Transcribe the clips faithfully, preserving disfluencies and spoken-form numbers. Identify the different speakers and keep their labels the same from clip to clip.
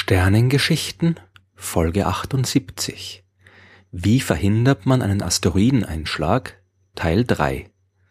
Speaker 1: Sternengeschichten, Folge achtundsiebzig. Wie verhindert man einen Asteroideneinschlag? Teil drei.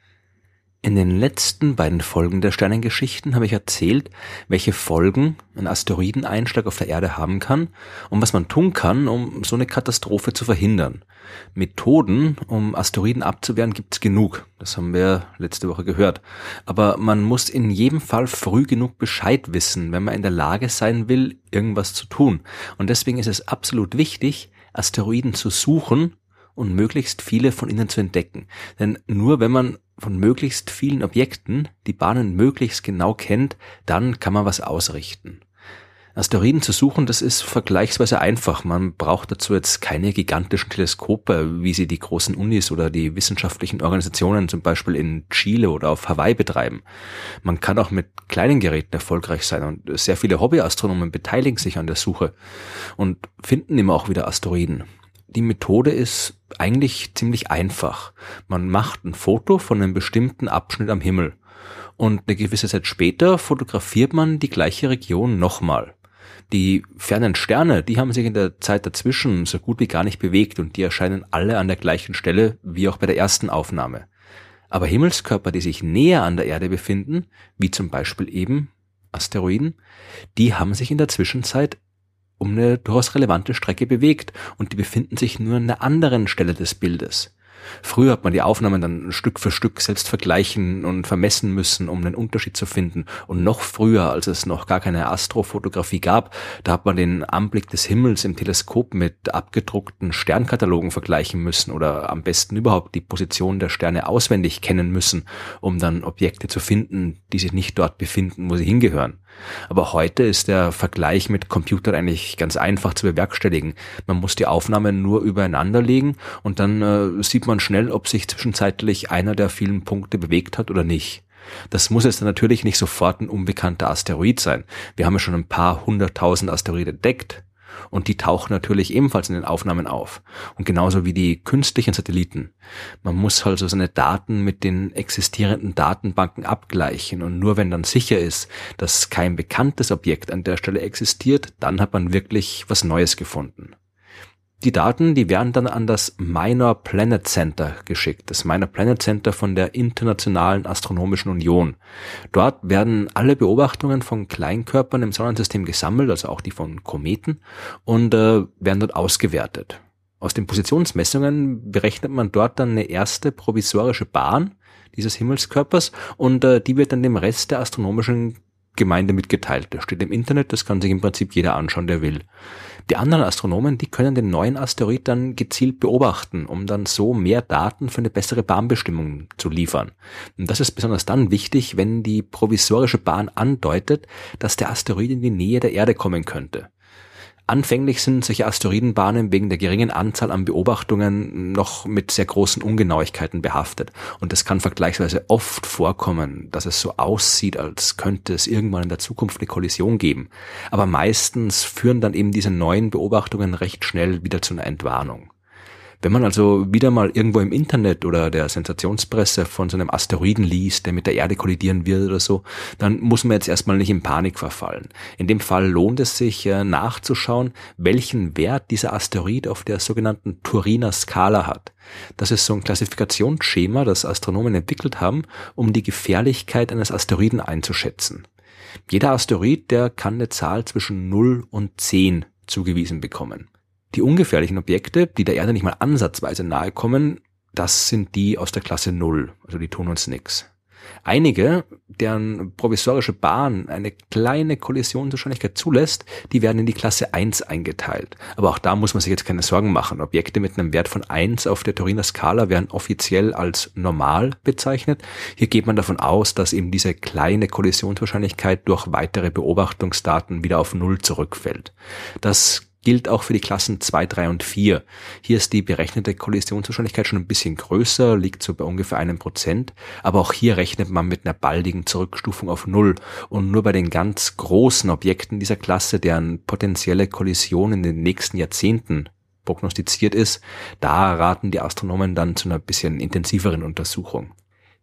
Speaker 1: In den letzten beiden Folgen der Sternengeschichten habe ich erzählt, welche Folgen ein Asteroideneinschlag auf der Erde haben kann und was man tun kann, um so eine Katastrophe zu verhindern. Methoden, um Asteroiden abzuwehren, gibt's genug. Das haben wir letzte Woche gehört. Aber man muss in jedem Fall früh genug Bescheid wissen, wenn man in der Lage sein will, irgendwas zu tun. Und deswegen ist es absolut wichtig, Asteroiden zu suchen und möglichst viele von ihnen zu entdecken. Denn nur wenn man von möglichst vielen Objekten die Bahnen möglichst genau kennt, dann kann man was ausrichten. Asteroiden zu suchen, das ist vergleichsweise einfach. Man braucht dazu jetzt keine gigantischen Teleskope, wie sie die großen Unis oder die wissenschaftlichen Organisationen zum Beispiel in Chile oder auf Hawaii betreiben. Man kann auch mit kleinen Geräten erfolgreich sein und sehr viele Hobbyastronomen beteiligen sich an der Suche und finden immer auch wieder Asteroiden. Die Methode ist eigentlich ziemlich einfach. Man macht ein Foto von einem bestimmten Abschnitt am Himmel und eine gewisse Zeit später fotografiert man die gleiche Region nochmal. Die fernen Sterne, die haben sich in der Zeit dazwischen so gut wie gar nicht bewegt und die erscheinen alle an der gleichen Stelle wie auch bei der ersten Aufnahme. Aber Himmelskörper, die sich näher an der Erde befinden, wie zum Beispiel eben Asteroiden, die haben sich in der Zwischenzeit um eine durchaus relevante Strecke bewegt und die befinden sich nur an einer anderen Stelle des Bildes. Früher hat man die Aufnahmen dann Stück für Stück selbst vergleichen und vermessen müssen, um einen Unterschied zu finden. Und noch früher, als es noch gar keine Astrofotografie gab, da hat man den Anblick des Himmels im Teleskop mit abgedruckten Sternkatalogen vergleichen müssen oder am besten überhaupt die Position der Sterne auswendig kennen müssen, um dann Objekte zu finden, die sich nicht dort befinden, wo sie hingehören. Aber heute ist der Vergleich mit Computern eigentlich ganz einfach zu bewerkstelligen. Man muss die Aufnahmen nur übereinander legen und dann äh, sieht man schnell, ob sich zwischenzeitlich einer der vielen Punkte bewegt hat oder nicht. Das muss jetzt natürlich nicht sofort ein unbekannter Asteroid sein. Wir haben ja schon ein paar hunderttausend Asteroiden entdeckt. Und die tauchen natürlich ebenfalls in den Aufnahmen auf. Und genauso wie die künstlichen Satelliten. Man muss also seine Daten mit den existierenden Datenbanken abgleichen. Und nur wenn dann sicher ist, dass kein bekanntes Objekt an der Stelle existiert, dann hat man wirklich was Neues gefunden. Die Daten, die werden dann an das Minor Planet Center geschickt. Das Minor Planet Center von der Internationalen Astronomischen Union. Dort werden alle Beobachtungen von Kleinkörpern im Sonnensystem gesammelt, also auch die von Kometen, und äh, werden dort ausgewertet. Aus den Positionsmessungen berechnet man dort dann eine erste provisorische Bahn dieses Himmelskörpers und äh, die wird dann dem Rest der astronomischen Gemeinde mitgeteilt. Das steht im Internet, das kann sich im Prinzip jeder anschauen, der will. Die anderen Astronomen, die können den neuen Asteroid dann gezielt beobachten, um dann so mehr Daten für eine bessere Bahnbestimmung zu liefern. Und das ist besonders dann wichtig, wenn die provisorische Bahn andeutet, dass der Asteroid in die Nähe der Erde kommen könnte. Anfänglich sind solche Asteroidenbahnen wegen der geringen Anzahl an Beobachtungen noch mit sehr großen Ungenauigkeiten behaftet. Und es kann vergleichsweise oft vorkommen, dass es so aussieht, als könnte es irgendwann in der Zukunft eine Kollision geben. Aber meistens führen dann eben diese neuen Beobachtungen recht schnell wieder zu einer Entwarnung. Wenn man also wieder mal irgendwo im Internet oder der Sensationspresse von so einem Asteroiden liest, der mit der Erde kollidieren wird oder so, dann muss man jetzt erstmal nicht in Panik verfallen. In dem Fall lohnt es sich äh, nachzuschauen, welchen Wert dieser Asteroid auf der sogenannten Turiner Skala hat. Das ist so ein Klassifikationsschema, das Astronomen entwickelt haben, um die Gefährlichkeit eines Asteroiden einzuschätzen. Jeder Asteroid, der kann eine Zahl zwischen null und zehn zugewiesen bekommen. Die ungefährlichen Objekte, die der Erde nicht mal ansatzweise nahe kommen, das sind die aus der Klasse null, also die tun uns nix. Einige, deren provisorische Bahn eine kleine Kollisionswahrscheinlichkeit zulässt, die werden in die Klasse eins eingeteilt. Aber auch da muss man sich jetzt keine Sorgen machen. Objekte mit einem Wert von eins auf der Turiner Skala werden offiziell als normal bezeichnet. Hier geht man davon aus, dass eben diese kleine Kollisionswahrscheinlichkeit durch weitere Beobachtungsdaten wieder auf null zurückfällt. Das gilt auch für die Klassen zwei, drei und vier. Hier ist die berechnete Kollisionswahrscheinlichkeit schon ein bisschen größer, liegt so bei ungefähr einem Prozent. Aber auch hier rechnet man mit einer baldigen Zurückstufung auf null. Und nur bei den ganz großen Objekten dieser Klasse, deren potenzielle Kollision in den nächsten Jahrzehnten prognostiziert ist, da raten die Astronomen dann zu einer bisschen intensiveren Untersuchung.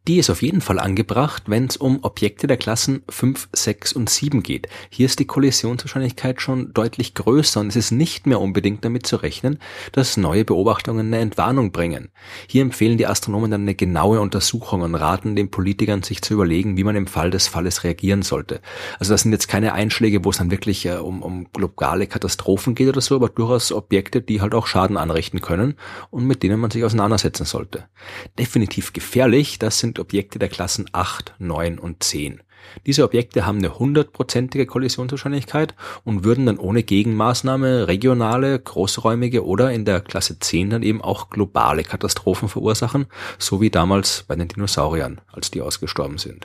Speaker 1: Die ist auf jeden Fall angebracht, wenn es um Objekte der Klassen fünf, sechs und sieben geht. Hier ist die Kollisionswahrscheinlichkeit schon deutlich größer und es ist nicht mehr unbedingt damit zu rechnen, dass neue Beobachtungen eine Entwarnung bringen. Hier empfehlen die Astronomen dann eine genaue Untersuchung und raten den Politikern, sich zu überlegen, wie man im Fall des Falles reagieren sollte. Also das sind jetzt keine Einschläge, wo es dann wirklich äh, um, um globale Katastrophen geht oder so, aber durchaus Objekte, die halt auch Schaden anrichten können und mit denen man sich auseinandersetzen sollte. Definitiv gefährlich, das sind Objekte der Klassen acht, neun und zehn. Diese Objekte haben eine hundertprozentige Kollisionswahrscheinlichkeit und würden dann ohne Gegenmaßnahme regionale, großräumige oder in der Klasse zehn dann eben auch globale Katastrophen verursachen, so wie damals bei den Dinosauriern, als die ausgestorben sind.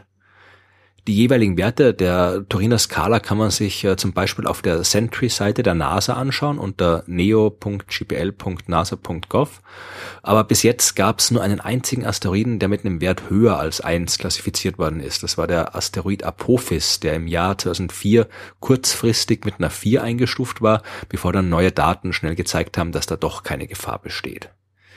Speaker 1: Die jeweiligen Werte der Turiner Skala kann man sich äh, zum Beispiel auf der Sentry-Seite der NASA anschauen unter neo punkt g p l punkt nasa punkt gov. Aber bis jetzt gab es nur einen einzigen Asteroiden, der mit einem Wert höher als eins klassifiziert worden ist. Das war der Asteroid Apophis, der im Jahr zweitausendvier kurzfristig mit einer vier eingestuft war, bevor dann neue Daten schnell gezeigt haben, dass da doch keine Gefahr besteht.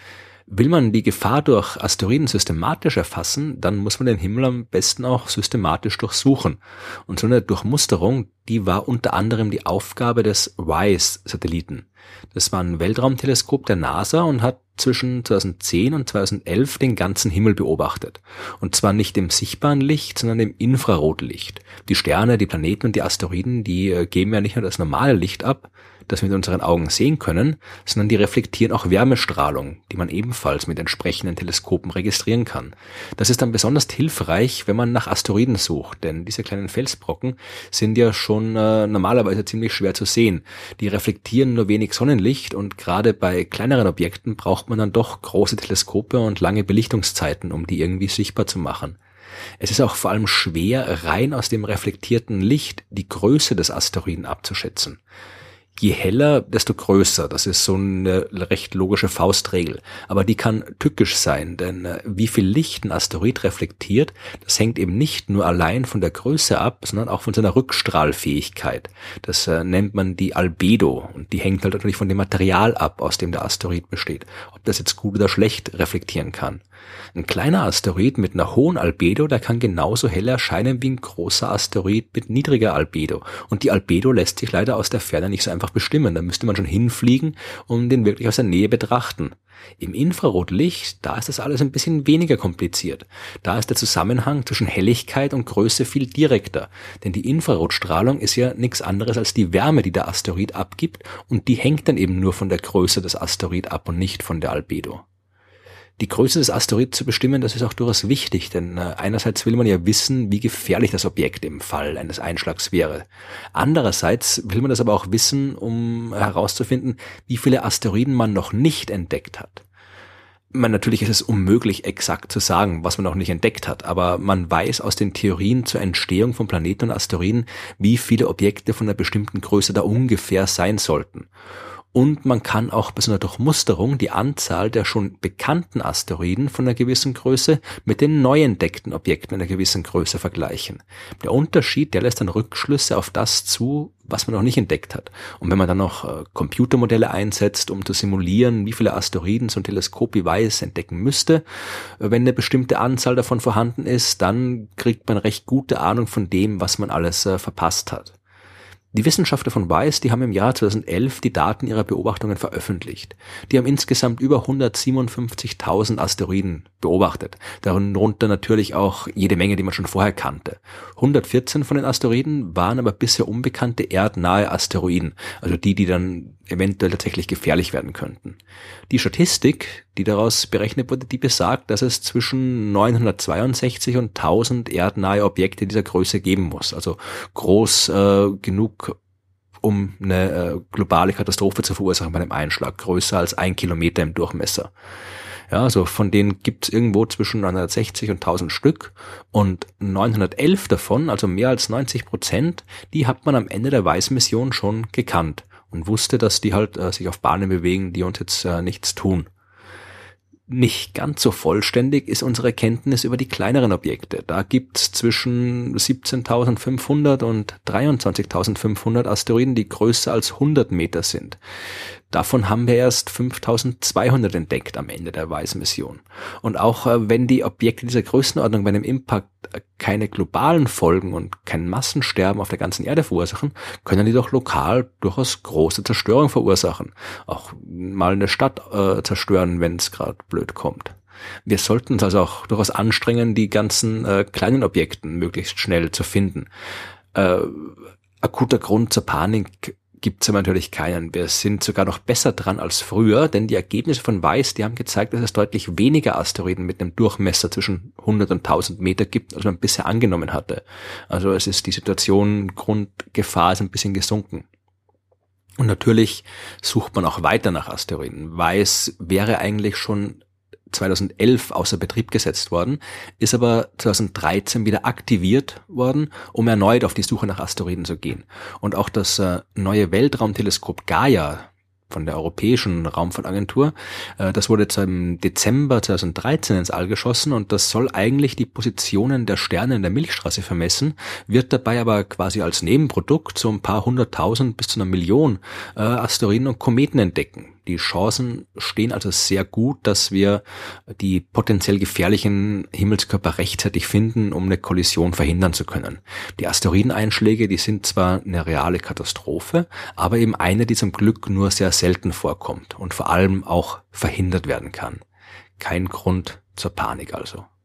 Speaker 1: Will man die Gefahr durch Asteroiden systematisch erfassen, dann muss man den Himmel am besten auch systematisch durchsuchen. Und so eine Durchmusterung, die war unter anderem die Aufgabe des WISE-Satelliten. Das war ein Weltraumteleskop der NASA und hat zwischen zweitausendzehn und zweitausendelf den ganzen Himmel beobachtet. Und zwar nicht im sichtbaren Licht, sondern im Infrarotlicht. Die Sterne, die Planeten und die Asteroiden, die geben ja nicht nur das normale Licht ab, das wir mit unseren Augen sehen können, sondern die reflektieren auch Wärmestrahlung, die man ebenfalls mit entsprechenden Teleskopen registrieren kann. Das ist dann besonders hilfreich, wenn man nach Asteroiden sucht, denn diese kleinen Felsbrocken sind ja schon äh, normalerweise ziemlich schwer zu sehen. Die reflektieren nur wenig Sonnenlicht und gerade bei kleineren Objekten braucht man dann doch große Teleskope und lange Belichtungszeiten, um die irgendwie sichtbar zu machen. Es ist auch vor allem schwer, rein aus dem reflektierten Licht die Größe des Asteroiden abzuschätzen. Je heller, desto größer. Das ist so eine recht logische Faustregel. Aber die kann tückisch sein, denn äh, wie viel Licht ein Asteroid reflektiert, das hängt eben nicht nur allein von der Größe ab, sondern auch von seiner Rückstrahlfähigkeit. Das äh, nennt man die Albedo und die hängt halt natürlich von dem Material ab, aus dem der Asteroid besteht. Ob das jetzt gut oder schlecht reflektieren kann. Ein kleiner Asteroid mit einer hohen Albedo, der kann genauso hell erscheinen wie ein großer Asteroid mit niedriger Albedo. Und die Albedo lässt sich leider aus der Ferne nicht so einfach bestimmen. Da müsste man schon hinfliegen und den wirklich aus der Nähe betrachten. Im Infrarotlicht, da ist das alles ein bisschen weniger kompliziert. Da ist der Zusammenhang zwischen Helligkeit und Größe viel direkter. Denn die Infrarotstrahlung ist ja nichts anderes als die Wärme, die der Asteroid abgibt. Und die hängt dann eben nur von der Größe des Asteroid ab und nicht von der Albedo. Die Größe des Asteroids zu bestimmen, das ist auch durchaus wichtig, denn äh, einerseits will man ja wissen, wie gefährlich das Objekt im Fall eines Einschlags wäre. Andererseits will man das aber auch wissen, um herauszufinden, wie viele Asteroiden man noch nicht entdeckt hat. Man, natürlich ist es unmöglich, exakt zu sagen, was man noch nicht entdeckt hat, aber man weiß aus den Theorien zur Entstehung von Planeten und Asteroiden, wie viele Objekte von einer bestimmten Größe da ungefähr sein sollten. Und man kann auch bei so einer Durchmusterung die Anzahl der schon bekannten Asteroiden von einer gewissen Größe mit den neu entdeckten Objekten einer gewissen Größe vergleichen. Der Unterschied, der lässt dann Rückschlüsse auf das zu, was man noch nicht entdeckt hat. Und wenn man dann noch äh, Computermodelle einsetzt, um zu simulieren, wie viele Asteroiden so ein Teleskop wie WISE entdecken müsste, äh, wenn eine bestimmte Anzahl davon vorhanden ist, dann kriegt man recht gute Ahnung von dem, was man alles äh, verpasst hat. Die Wissenschaftler von WISE, die haben im Jahr zweitausendelf die Daten ihrer Beobachtungen veröffentlicht. Die haben insgesamt über hundertsiebenundfünfzigtausend Asteroiden beobachtet. Darunter natürlich auch jede Menge, die man schon vorher kannte. hundertvierzehn von den Asteroiden waren aber bisher unbekannte erdnahe Asteroiden, also die, die dann eventuell tatsächlich gefährlich werden könnten. Die Statistik, die daraus berechnet wurde, die besagt, dass es zwischen neunhundertzweiundsechzig und tausend erdnahe Objekte dieser Größe geben muss. Also groß äh, genug, um eine äh, globale Katastrophe zu verursachen bei einem Einschlag. Größer als ein Kilometer im Durchmesser. Ja, also von denen gibt's irgendwo zwischen neunhundertsechzig und tausend Stück und neunhundertelf davon, also mehr als neunzig Prozent, die hat man am Ende der WISE-Mission schon gekannt und wusste, dass die halt äh, sich auf Bahnen bewegen, die uns jetzt äh, nichts tun. Nicht ganz so vollständig ist unsere Kenntnis über die kleineren Objekte. Da gibt's zwischen siebzehntausendfünfhundert und dreiundzwanzigtausendfünfhundert Asteroiden, die größer als hundert Meter sind. Davon haben wir erst fünftausendzweihundert entdeckt am Ende der WISE-Mission. Und auch äh, wenn die Objekte dieser Größenordnung bei einem Impact äh, keine globalen Folgen und kein Massensterben auf der ganzen Erde verursachen, können die doch lokal durchaus große Zerstörung verursachen. Auch mal eine Stadt äh, zerstören, wenn es gerade blöd kommt. Wir sollten uns also auch durchaus anstrengen, die ganzen äh, kleinen Objekten möglichst schnell zu finden. Äh, akuter Grund zur Panik gibt's aber natürlich keinen. Wir sind sogar noch besser dran als früher, denn die Ergebnisse von WISE, die haben gezeigt, dass es deutlich weniger Asteroiden mit einem Durchmesser zwischen hundert und tausend Meter gibt, als man bisher angenommen hatte. Also es ist die Situation, Grundgefahr ist ein bisschen gesunken. Und natürlich sucht man auch weiter nach Asteroiden. WISE wäre eigentlich schon zweitausendelf außer Betrieb gesetzt worden, ist aber zweitausenddreizehn wieder aktiviert worden, um erneut auf die Suche nach Asteroiden zu gehen. Und auch das äh, neue Weltraumteleskop Gaia von der Europäischen Raumfahrtagentur, äh, das wurde jetzt im Dezember zweitausenddreizehn ins All geschossen und das soll eigentlich die Positionen der Sterne in der Milchstraße vermessen, wird dabei aber quasi als Nebenprodukt so ein paar hunderttausend bis zu einer Million äh, Asteroiden und Kometen entdecken. Die Chancen stehen also sehr gut, dass wir die potenziell gefährlichen Himmelskörper rechtzeitig finden, um eine Kollision verhindern zu können. Die Asteroideneinschläge, die sind zwar eine reale Katastrophe, aber eben eine, die zum Glück nur sehr selten vorkommt und vor allem auch verhindert werden kann. Kein Grund zur Panik also.